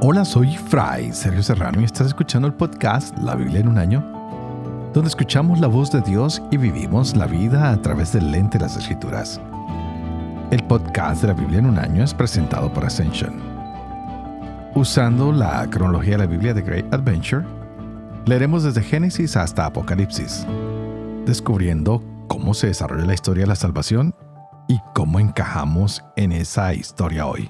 Hola, soy Fray Sergio Serrano y estás escuchando el podcast La Biblia en un año, donde escuchamos la voz de Dios y vivimos la vida a través del lente de las Escrituras. El podcast de La Biblia en un año es presentado por Ascension. Usando la cronología de la Biblia de Great Adventure, leeremos desde Génesis hasta Apocalipsis, descubriendo cómo se desarrolla la historia de la salvación y cómo encajamos en esa historia hoy.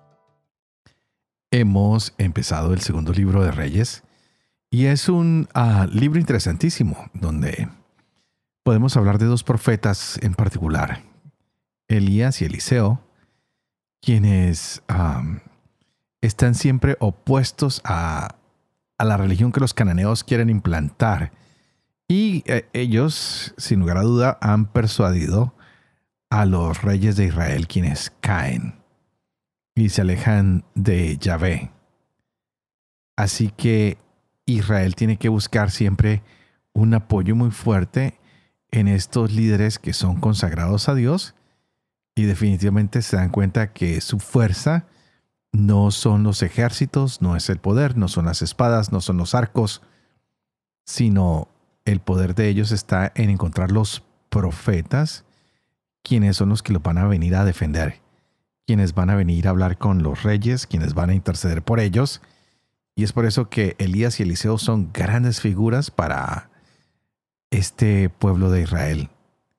Hemos empezado el segundo libro de Reyes y es un libro interesantísimo donde podemos hablar de dos profetas en particular, Elías y Eliseo, quienes están siempre opuestos a la religión que los cananeos quieren implantar. Y ellos, sin lugar a duda, han persuadido a los reyes de Israel, quienes caen y se alejan de Yahvé. Así que Israel tiene que buscar siempre un apoyo muy fuerte en estos líderes que son consagrados a Dios, y definitivamente se dan cuenta que su fuerza no son los ejércitos, no es el poder, no son las espadas, no son los arcos, sino el poder de ellos está en encontrar los profetas, quienes son los que los van a venir a defender, quienes van a venir a hablar con los reyes, quienes van a interceder por ellos. Y es por eso que Elías y Eliseo son grandes figuras para este pueblo de Israel.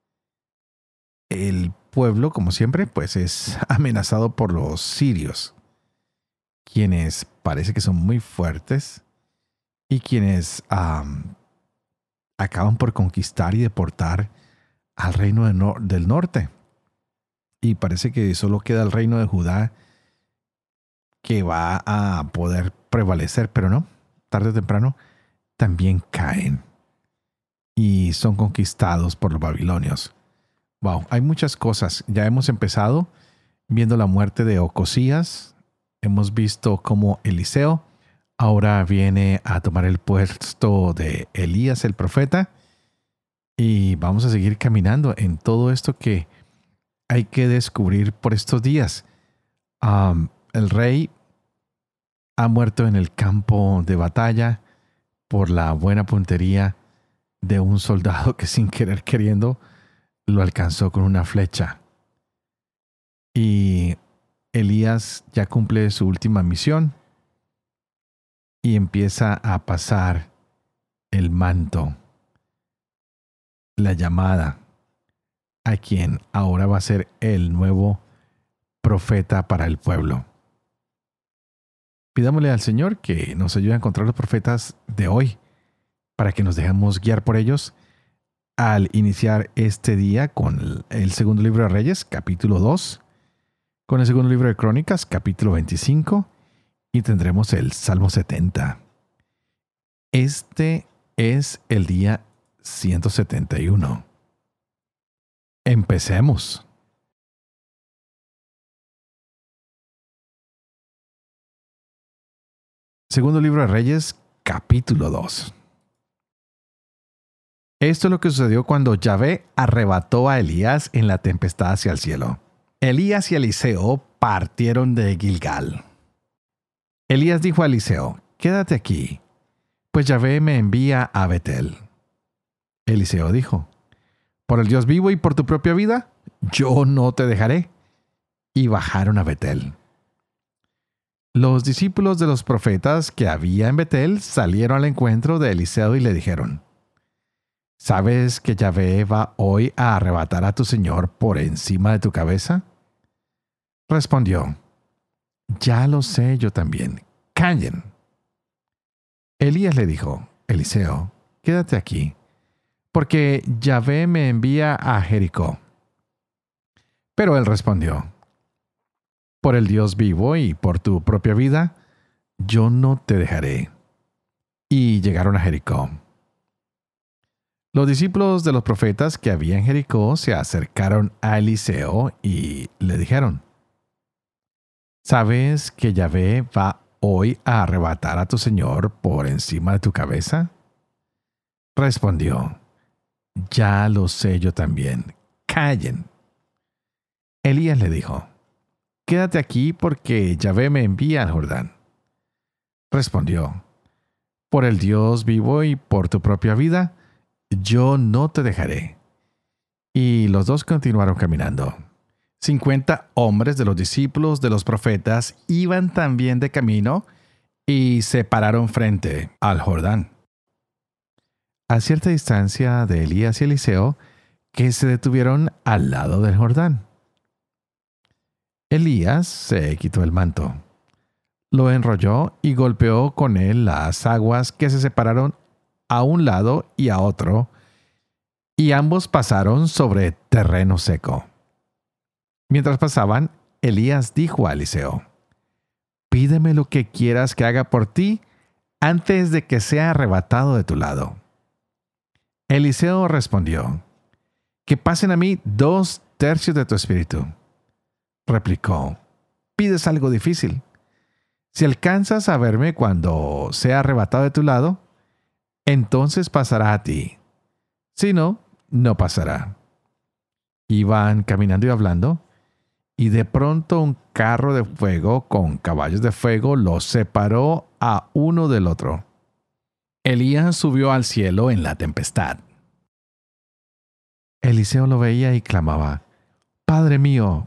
El pueblo, como siempre, pues es amenazado por los sirios, quienes parece que son muy fuertes y quienes acaban por conquistar y deportar al reino del norte. Y parece que solo queda el reino de Judá que va a poder prevalecer, pero no, tarde o temprano también caen y son conquistados por los babilonios. Wow, hay muchas cosas. Ya hemos empezado viendo la muerte de Ocosías. Hemos visto cómo Eliseo ahora viene a tomar el puesto de Elías el profeta. Y vamos a seguir caminando en todo esto que hay que descubrir por estos días. El rey ha muerto en el campo de batalla por la buena puntería de un soldado que sin querer queriendo lo alcanzó con una flecha. Y Elías ya cumple su última misión y empieza a pasar el manto, la llamada, a quien ahora va a ser el nuevo profeta para el pueblo. Pidámosle al Señor que nos ayude a encontrar los profetas de hoy, para que nos dejemos guiar por ellos al iniciar este día con el segundo libro de Reyes, capítulo 2, con el segundo libro de Crónicas, capítulo 25, y tendremos el Salmo 70. Este es el día 171. Empecemos. Segundo libro de Reyes, capítulo 2. Esto es lo que sucedió cuando Yahvé arrebató a Elías en la tempestad hacia el cielo. Elías y Eliseo partieron de Gilgal. Elías dijo a Eliseo: «Quédate aquí, pues Yahvé me envía a Betel». Eliseo dijo: «Por el Dios vivo y por tu propia vida, yo no te dejaré». Y bajaron a Betel. Los discípulos de los profetas que había en Betel salieron al encuentro de Eliseo y le dijeron: «¿Sabes que Yahvé va hoy a arrebatar a tu señor por encima de tu cabeza?». Respondió: «Ya lo sé yo también. Callen». Elías le dijo: «Eliseo, quédate aquí, porque Yahvé me envía a Jericó». Pero él respondió: «Por el Dios vivo y por tu propia vida, yo no te dejaré». Y llegaron a Jericó. Los discípulos de los profetas que había en Jericó se acercaron a Eliseo y le dijeron: «¿Sabes que Yahvé va hoy a arrebatar a tu señor por encima de tu cabeza?». Respondió: «Ya lo sé yo también. Callen». Elías le dijo: «Quédate aquí porque Yahvé me envía al Jordán». respondió: por el Dios vivo y por tu propia vida, yo no te dejaré. Y los dos continuaron caminando. 50 hombres de los discípulos de los profetas iban también de camino y se pararon frente al Jordán, a cierta distancia de Elías y Eliseo, que se detuvieron al lado del Jordán. Elías se quitó el manto, lo enrolló y golpeó con él las aguas que se separaron a un lado y a otro, y ambos pasaron sobre terreno seco. Mientras pasaban, Elías dijo a Eliseo: pídeme lo que quieras que haga por ti antes de que sea arrebatado de tu lado. Eliseo respondió: que pasen a mí 2/3 de tu espíritu. Replicó: pides algo difícil. Si alcanzas a verme cuando sea arrebatado de tu lado, entonces pasará a ti. Si no, no pasará. Iban caminando y hablando, y de pronto un carro de fuego con caballos de fuego los separó a uno del otro. Elías subió al cielo en la tempestad. Eliseo lo veía y clamaba: Padre mío,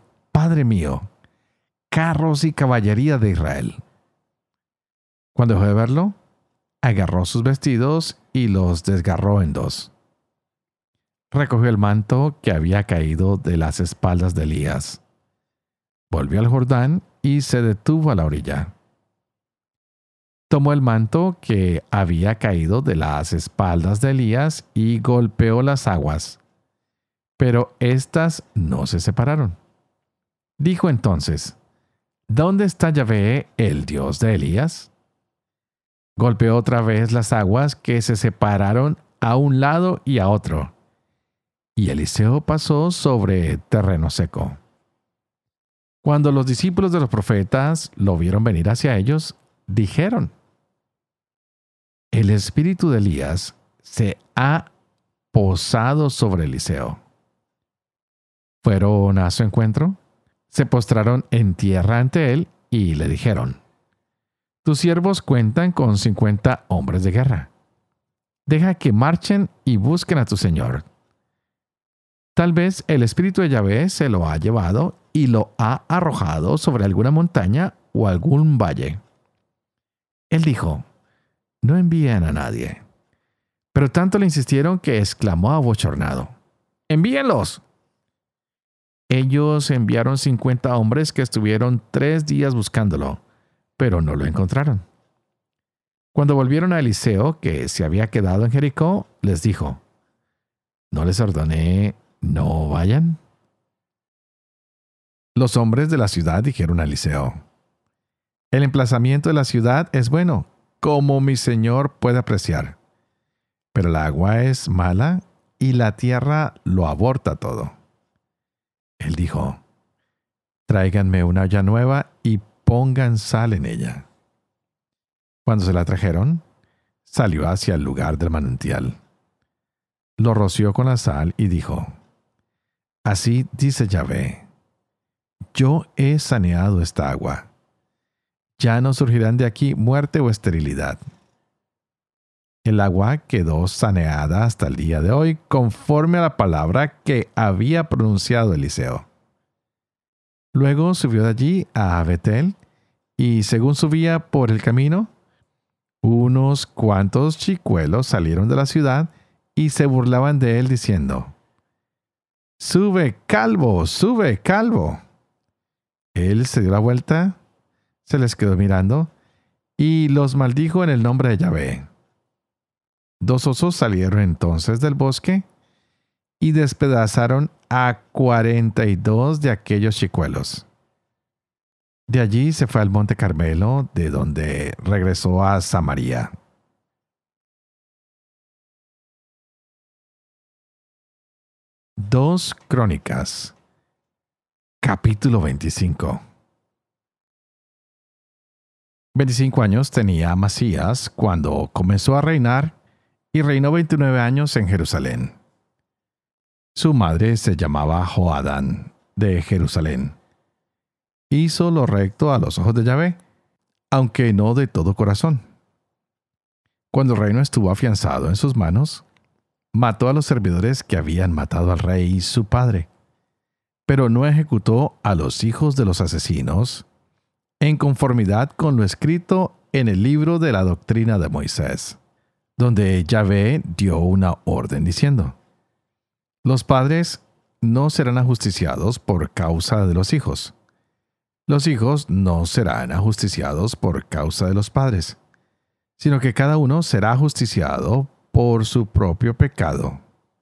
carros y caballería de Israel. Cuando dejó de verlo, agarró sus vestidos y los desgarró en dos. Recogió el manto que había caído de las espaldas de Elías. Volvió al Jordán y se detuvo a la orilla. Tomó el manto que había caído de las espaldas de Elías y golpeó las aguas, pero éstas no se separaron. Dijo entonces: ¿Dónde está Yahvé, el Dios de Elías? Golpeó otra vez las aguas que se separaron a un lado y a otro, y Eliseo pasó sobre terreno seco. Cuando los discípulos de los profetas lo vieron venir hacia ellos, dijeron: el espíritu de Elías se ha posado sobre Eliseo. Fueron a su encuentro, se postraron en tierra ante él y le dijeron: tus siervos cuentan con 50 hombres de guerra. Deja que marchen y busquen a tu señor. Tal vez el espíritu de Yahvé se lo ha llevado y lo ha arrojado sobre alguna montaña o algún valle. Él dijo: no envíen a nadie. Pero tanto le insistieron que exclamó abochornado: ¡envíenlos! Ellos enviaron 50 hombres que estuvieron 3 días buscándolo, pero no lo encontraron. Cuando volvieron a Eliseo, que se había quedado en Jericó, les dijo: ¿no les ordené no vayan? Los hombres de la ciudad dijeron a Eliseo: el emplazamiento de la ciudad es bueno, como mi señor puede apreciar, pero el agua es mala y la tierra lo aborta todo. Él dijo: tráiganme una olla nueva y pongan sal en ella. Cuando se la trajeron, salió hacia el lugar del manantial. Lo roció con la sal y dijo: así dice Yahvé: yo he saneado esta agua. Ya no surgirán de aquí muerte o esterilidad. El agua quedó saneada hasta el día de hoy, conforme a la palabra que había pronunciado Eliseo. Luego subió de allí a Betel, y según subía por el camino, unos cuantos chicuelos salieron de la ciudad y se burlaban de él diciendo: ¡sube, calvo! ¡Sube, calvo! Él se dio la vuelta, se les quedó mirando y los maldijo en el nombre de Yahvé. 2 osos salieron entonces del bosque y despedazaron a 42 de aquellos chicuelos. De allí se fue al monte Carmelo, de donde regresó a Samaria. Dos Crónicas, capítulo 25. 25 años tenía Amasías cuando comenzó a reinar, y reinó 29 años en Jerusalén. Su madre se llamaba Joadán, de Jerusalén. Hizo lo recto a los ojos de Yahvé, aunque no de todo corazón. Cuando el reino estuvo afianzado en sus manos, mató a los servidores que habían matado al rey su padre, pero no ejecutó a los hijos de los asesinos, en conformidad con lo escrito en el libro de la doctrina de Moisés, donde Yahvé dio una orden diciendo: los padres no serán ajusticiados por causa de los hijos. Los hijos no serán ajusticiados por causa de los padres, sino que cada uno será ajusticiado por su propio pecado.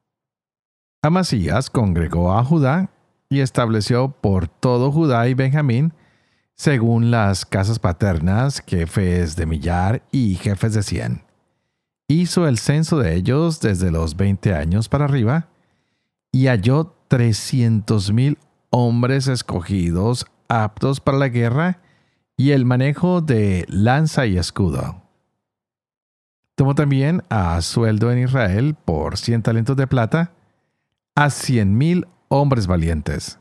Amasías congregó a Judá y estableció por todo Judá y Benjamín, según las casas paternas, jefes de millar y jefes de 100. Hizo el censo de ellos desde los 20 años para arriba, y halló 300,000 hombres escogidos, aptos para la guerra y el manejo de lanza y escudo. Tomó también a sueldo en Israel por 100 talentos de plata a 100,000 hombres valientes.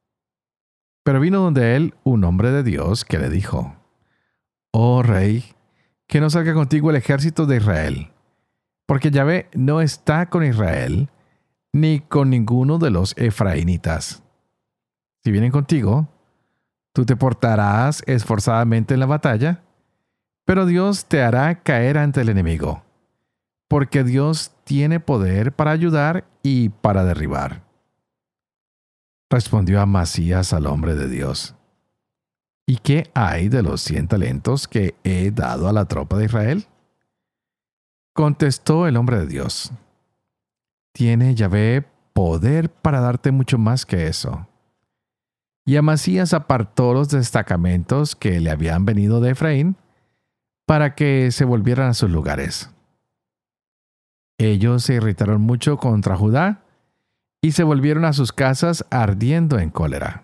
Pero vino donde él un hombre de Dios que le dijo: oh rey, que no salga contigo el ejército de Israel, porque Yahvé no está con Israel, ni con ninguno de los efraínitas. Si vienen contigo, tú te portarás esforzadamente en la batalla, pero Dios te hará caer ante el enemigo, porque Dios tiene poder para ayudar y para derribar. Respondió Amasías al hombre de Dios: ¿y qué hay de los 100 talentos que he dado a la tropa de Israel? Contestó el hombre de Dios: tiene Yahvé poder para darte mucho más que eso. Y Amasías apartó los destacamentos que le habían venido de Efraín para que se volvieran a sus lugares. Ellos se irritaron mucho contra Judá y se volvieron a sus casas ardiendo en cólera.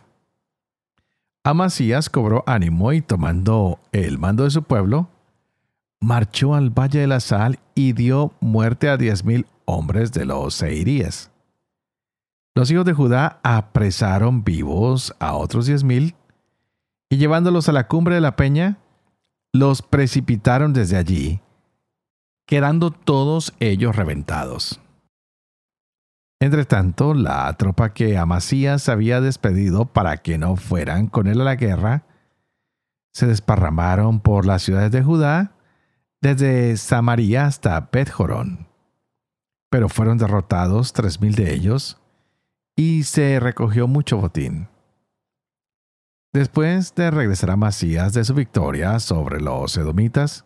Amasías cobró ánimo y, tomando el mando de su pueblo, marchó al valle de la sal y dio muerte a 10,000 hombres de los seiríes. Los hijos de Judá apresaron vivos a otros 10,000 y, llevándolos a la cumbre de la peña, los precipitaron desde allí, quedando todos ellos reventados. Entretanto, la tropa que Amasías había despedido para que no fueran con él a la guerra, se desparramaron por las ciudades de Judá, desde Samaria hasta Bet-Jorón. Pero fueron derrotados 3,000 de ellos, y se recogió mucho botín. Después de regresar a Amasías de su victoria sobre los edomitas,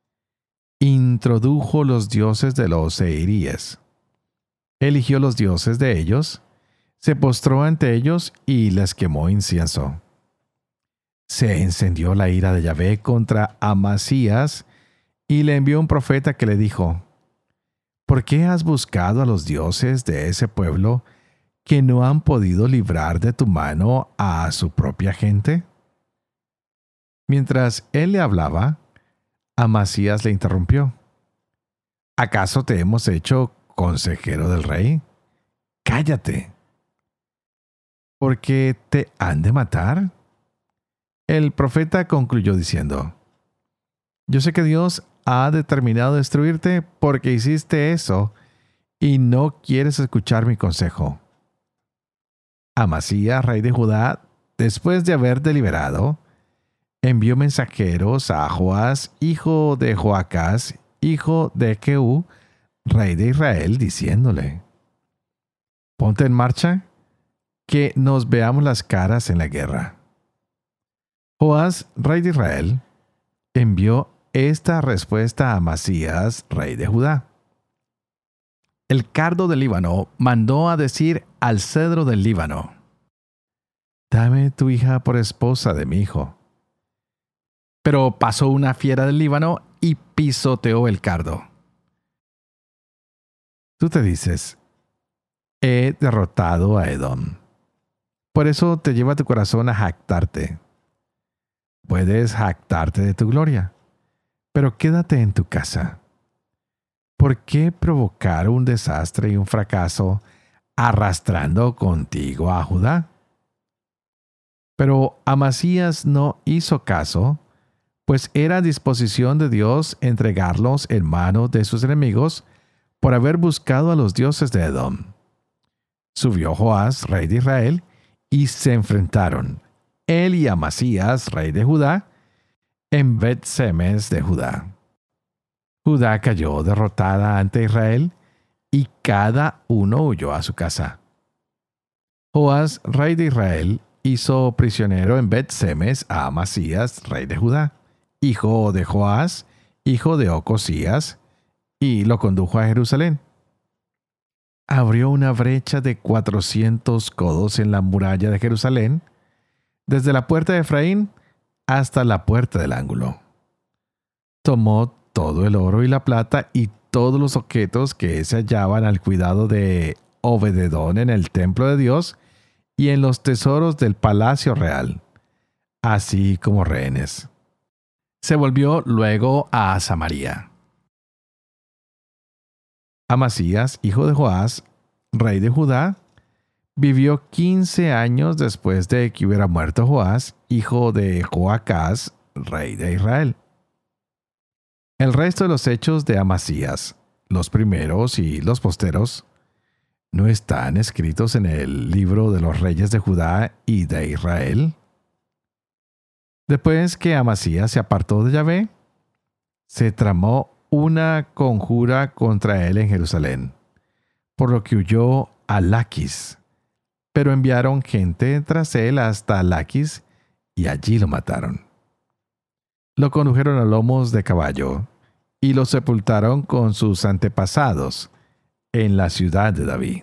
introdujo los dioses de los seiríes. Eligió los dioses de ellos, se postró ante ellos y les quemó incienso. Se encendió la ira de Yahvé contra Amasías y le envió un profeta que le dijo: ¿por qué has buscado a los dioses de ese pueblo que no han podido librar de tu mano a su propia gente? Mientras él le hablaba, Amasías le interrumpió: ¿acaso te hemos hecho consejero del rey? Cállate. ¿Por qué te han de matar? El profeta concluyó diciendo: yo sé que Dios ha determinado destruirte porque hiciste eso y no quieres escuchar mi consejo. Amasías, rey de Judá, después de haber deliberado, envió mensajeros a Joás, hijo de Joacás, hijo de Jehú, rey de Israel, diciéndole: ponte en marcha, que nos veamos las caras en la guerra. Joás, rey de Israel, envió esta respuesta a Amasías, rey de Judá: el cardo del Líbano mandó a decir al cedro del Líbano: dame tu hija por esposa de mi hijo. Pero pasó una fiera del Líbano y pisoteó el cardo. Tú te dices: he derrotado a Edom. Por eso te lleva tu corazón a jactarte. Puedes jactarte de tu gloria, pero quédate en tu casa. ¿Por qué provocar un desastre y un fracaso arrastrando contigo a Judá? Pero Amasías no hizo caso, pues era disposición de Dios entregarlos en manos de sus enemigos por haber buscado a los dioses de Edom. Subió Joás, rey de Israel, y se enfrentaron, él y Amasías, rey de Judá, en Bet-Semes de Judá. Judá cayó derrotada ante Israel, y cada uno huyó a su casa. Joás, rey de Israel, hizo prisionero en Bet-Semes a Amasías, rey de Judá, hijo de Joás, hijo de Ocosías, y lo condujo a Jerusalén. Abrió una brecha de 400 codos en la muralla de Jerusalén, desde la puerta de Efraín hasta la puerta del ángulo. Tomó todo el oro y la plata y todos los objetos que se hallaban al cuidado de Obededón en el templo de Dios y en los tesoros del palacio real, así como rehenes. Se volvió luego a Samaria. Amasías, hijo de Joás, rey de Judá, vivió 15 años después de que hubiera muerto Joás, hijo de Joacás, rey de Israel. El resto de los hechos de Amasías, los primeros y los posteros, ¿no están escritos en el libro de los reyes de Judá y de Israel? Después que Amasías se apartó de Yahvé, se tramó una conjura contra él en Jerusalén, por lo que huyó a Laquis, pero enviaron gente tras él hasta Laquis y allí lo mataron. Lo condujeron a lomos de caballo y lo sepultaron con sus antepasados en la ciudad de David.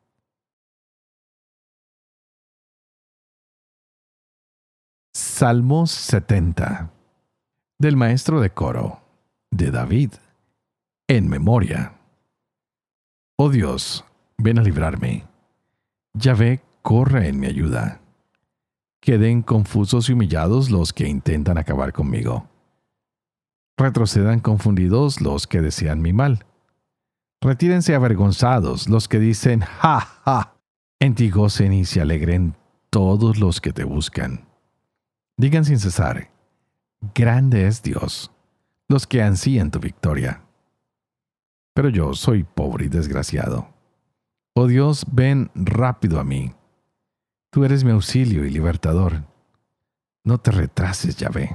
Salmos 70 del maestro de coro de David, en memoria. Oh Dios, ven a librarme. Yahvé, corre en mi ayuda. Queden confusos y humillados los que intentan acabar conmigo. Retrocedan confundidos los que desean mi mal. Retírense avergonzados los que dicen, ¡ja, ja! En ti gocen y se alegren todos los que te buscan. Digan sin cesar, grande es Dios, los que ansían tu victoria. Pero yo soy pobre y desgraciado. Oh Dios, ven rápido a mí. Tú eres mi auxilio y libertador. No te retrases, Yahvé.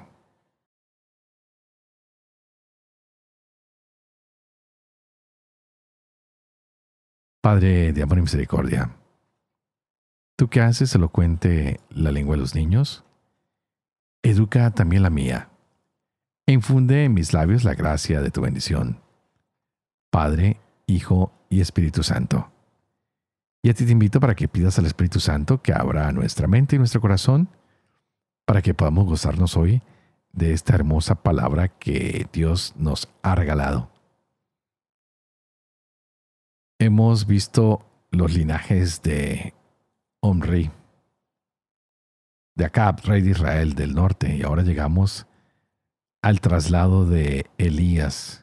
Padre de amor y misericordia, ¿tú que haces elocuente la lengua de los niños? Educa también la mía, e infunde en mis labios la gracia de tu bendición. Padre, Hijo y Espíritu Santo. Y a ti te invito para que pidas al Espíritu Santo que abra nuestra mente y nuestro corazón para que podamos gozarnos hoy de esta hermosa palabra que Dios nos ha regalado. Hemos visto los linajes de Omri, de Acab, rey de Israel del norte, y ahora llegamos al traslado de Elías,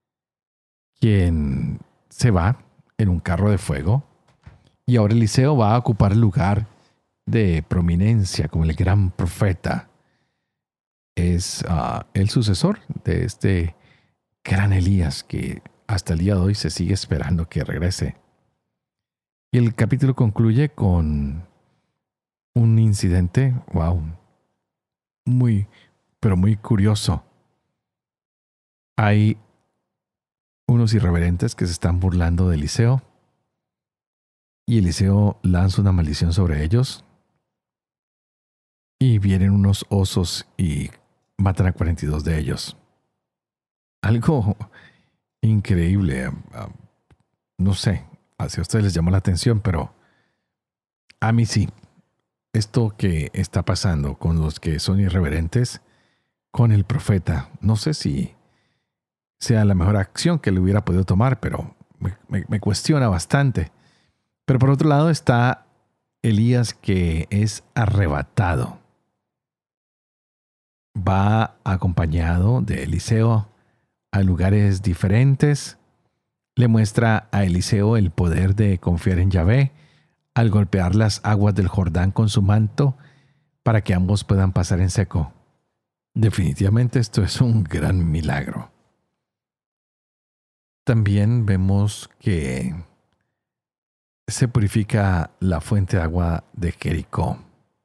quien se va en un carro de fuego, y ahora Eliseo va a ocupar el lugar de prominencia como el gran profeta. Es el sucesor de este gran Elías que hasta el día de hoy se sigue esperando que regrese. Y el capítulo concluye con un incidente, pero muy curioso. Hay unos irreverentes que se están burlando de Eliseo, y Eliseo lanza una maldición sobre ellos, y vienen unos osos y matan a 42 de ellos. Algo increíble. No sé si a ustedes les llamó la atención, pero a mí sí. Esto que está pasando con los que son irreverentes, con el profeta, no sé si sea la mejor acción que le hubiera podido tomar, pero me cuestiona bastante. Pero por otro lado está Elías, que es arrebatado. Va acompañado de Eliseo a lugares diferentes. Le muestra a Eliseo el poder de confiar en Yahvé al golpear las aguas del Jordán con su manto para que ambos puedan pasar en seco. Definitivamente esto es un gran milagro. También vemos que se purifica la fuente de agua de Jericó.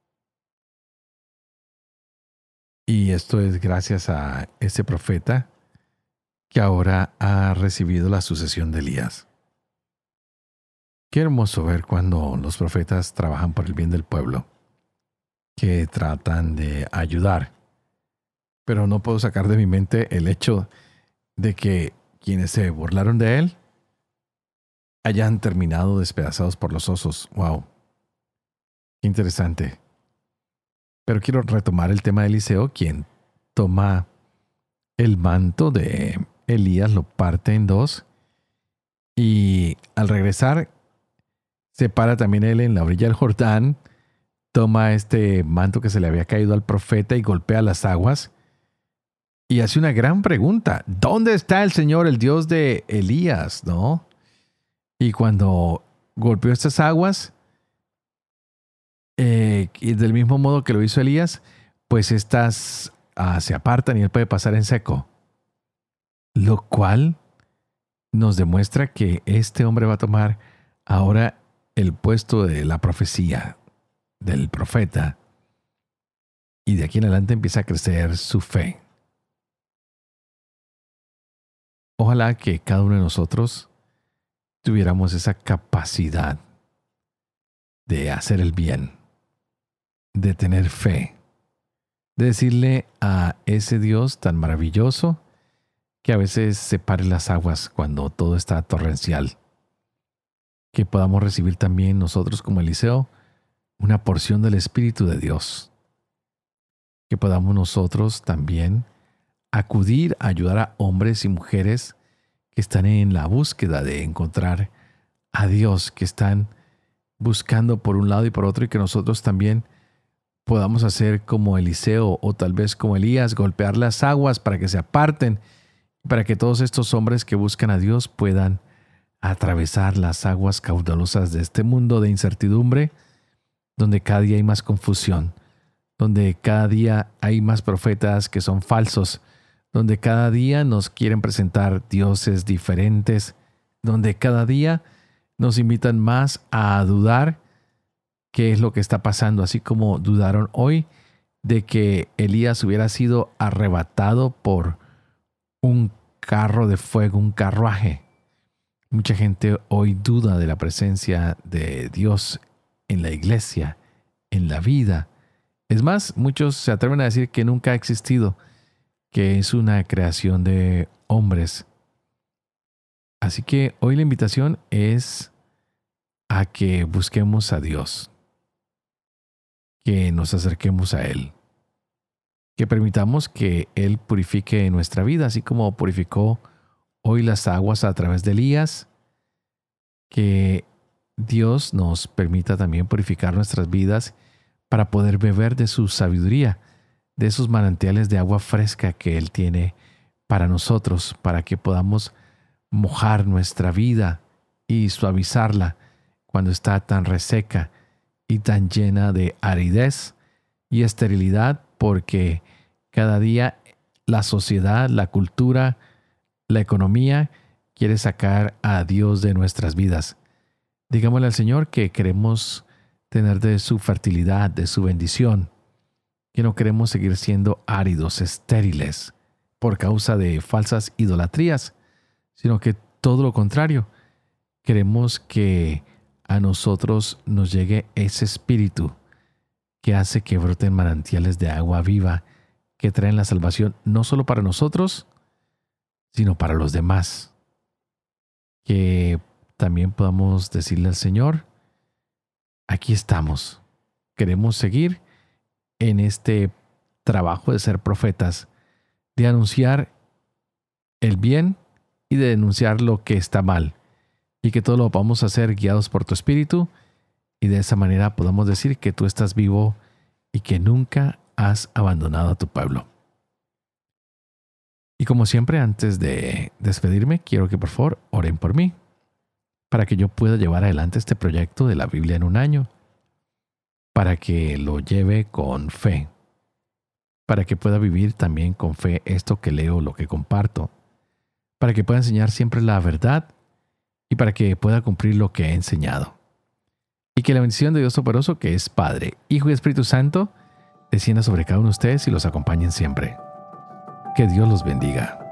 Y esto es gracias a ese profeta que ahora ha recibido la sucesión de Elías. Qué hermoso ver cuando los profetas trabajan por el bien del pueblo, que tratan de ayudar. Pero no puedo sacar de mi mente el hecho de que quienes se burlaron de él hayan terminado despedazados por los osos. ¡Wow! Qué interesante. Pero quiero retomar el tema de Eliseo, quien toma el manto de Elías, lo parte en dos y al regresar se para también él en la orilla del Jordán, toma este manto que se le había caído al profeta y golpea las aguas y hace una gran pregunta. ¿Dónde está el Señor, el Dios de Elías? ¿No? Y cuando golpeó estas aguas, y del mismo modo que lo hizo Elías, pues estas se apartan y él puede pasar en seco. Lo cual nos demuestra que este hombre va a tomar ahora el puesto de la profecía del profeta. Y de aquí en adelante empieza a crecer su fe. Ojalá que cada uno de nosotros tuviéramos esa capacidad de hacer el bien, de tener fe, de decirle a ese Dios tan maravilloso que a veces separe las aguas cuando todo está torrencial, que podamos recibir también nosotros como Eliseo una porción del Espíritu de Dios, que podamos nosotros también acudir a ayudar a hombres y mujeres que están en la búsqueda de encontrar a Dios, que están buscando por un lado y por otro, y que nosotros también podamos hacer como Eliseo o tal vez como Elías, golpear las aguas para que se aparten, para que todos estos hombres que buscan a Dios puedan atravesar las aguas caudalosas de este mundo de incertidumbre, donde cada día hay más confusión, donde cada día hay más profetas que son falsos, donde cada día nos quieren presentar dioses diferentes, donde cada día nos invitan más a dudar qué es lo que está pasando, así como dudaron hoy de que Elías hubiera sido arrebatado por un carro de fuego, un carruaje. Mucha gente hoy duda de la presencia de Dios en la iglesia, en la vida. Es más, muchos se atreven a decir que nunca ha existido, que es una creación de hombres. Así que hoy la invitación es a que busquemos a Dios, que nos acerquemos a Él, que permitamos que Él purifique nuestra vida, así como purificó hoy las aguas a través de Elías, que Dios nos permita también purificar nuestras vidas para poder beber de su sabiduría, de esos manantiales de agua fresca que Él tiene para nosotros, para que podamos mojar nuestra vida y suavizarla cuando está tan reseca y tan llena de aridez y esterilidad, porque cada día la sociedad, la cultura, la economía quiere sacar a Dios de nuestras vidas. Digámosle al Señor que queremos tener de su fertilidad, de su bendición, que no queremos seguir siendo áridos, estériles, por causa de falsas idolatrías, sino que todo lo contrario, queremos que a nosotros nos llegue ese espíritu que hace que broten manantiales de agua viva, que traen la salvación no solo para nosotros, sino para los demás. Que también podamos decirle al Señor, aquí estamos, queremos seguir en este trabajo de ser profetas, de anunciar el bien y de denunciar lo que está mal, y que todo lo vamos a hacer guiados por tu Espíritu, y de esa manera podamos decir que tú estás vivo y que nunca has abandonado a tu pueblo. Y como siempre, antes de despedirme, quiero que por favor oren por mí, para que yo pueda llevar adelante este proyecto de la Biblia en un año, para que lo lleve con fe, para que pueda vivir también con fe esto que leo, lo que comparto, para que pueda enseñar siempre la verdad y para que pueda cumplir lo que he enseñado. Y que la bendición de Dios Todopoderoso, que es Padre, Hijo y Espíritu Santo, descienda sobre cada uno de ustedes y los acompañen siempre. Que Dios los bendiga.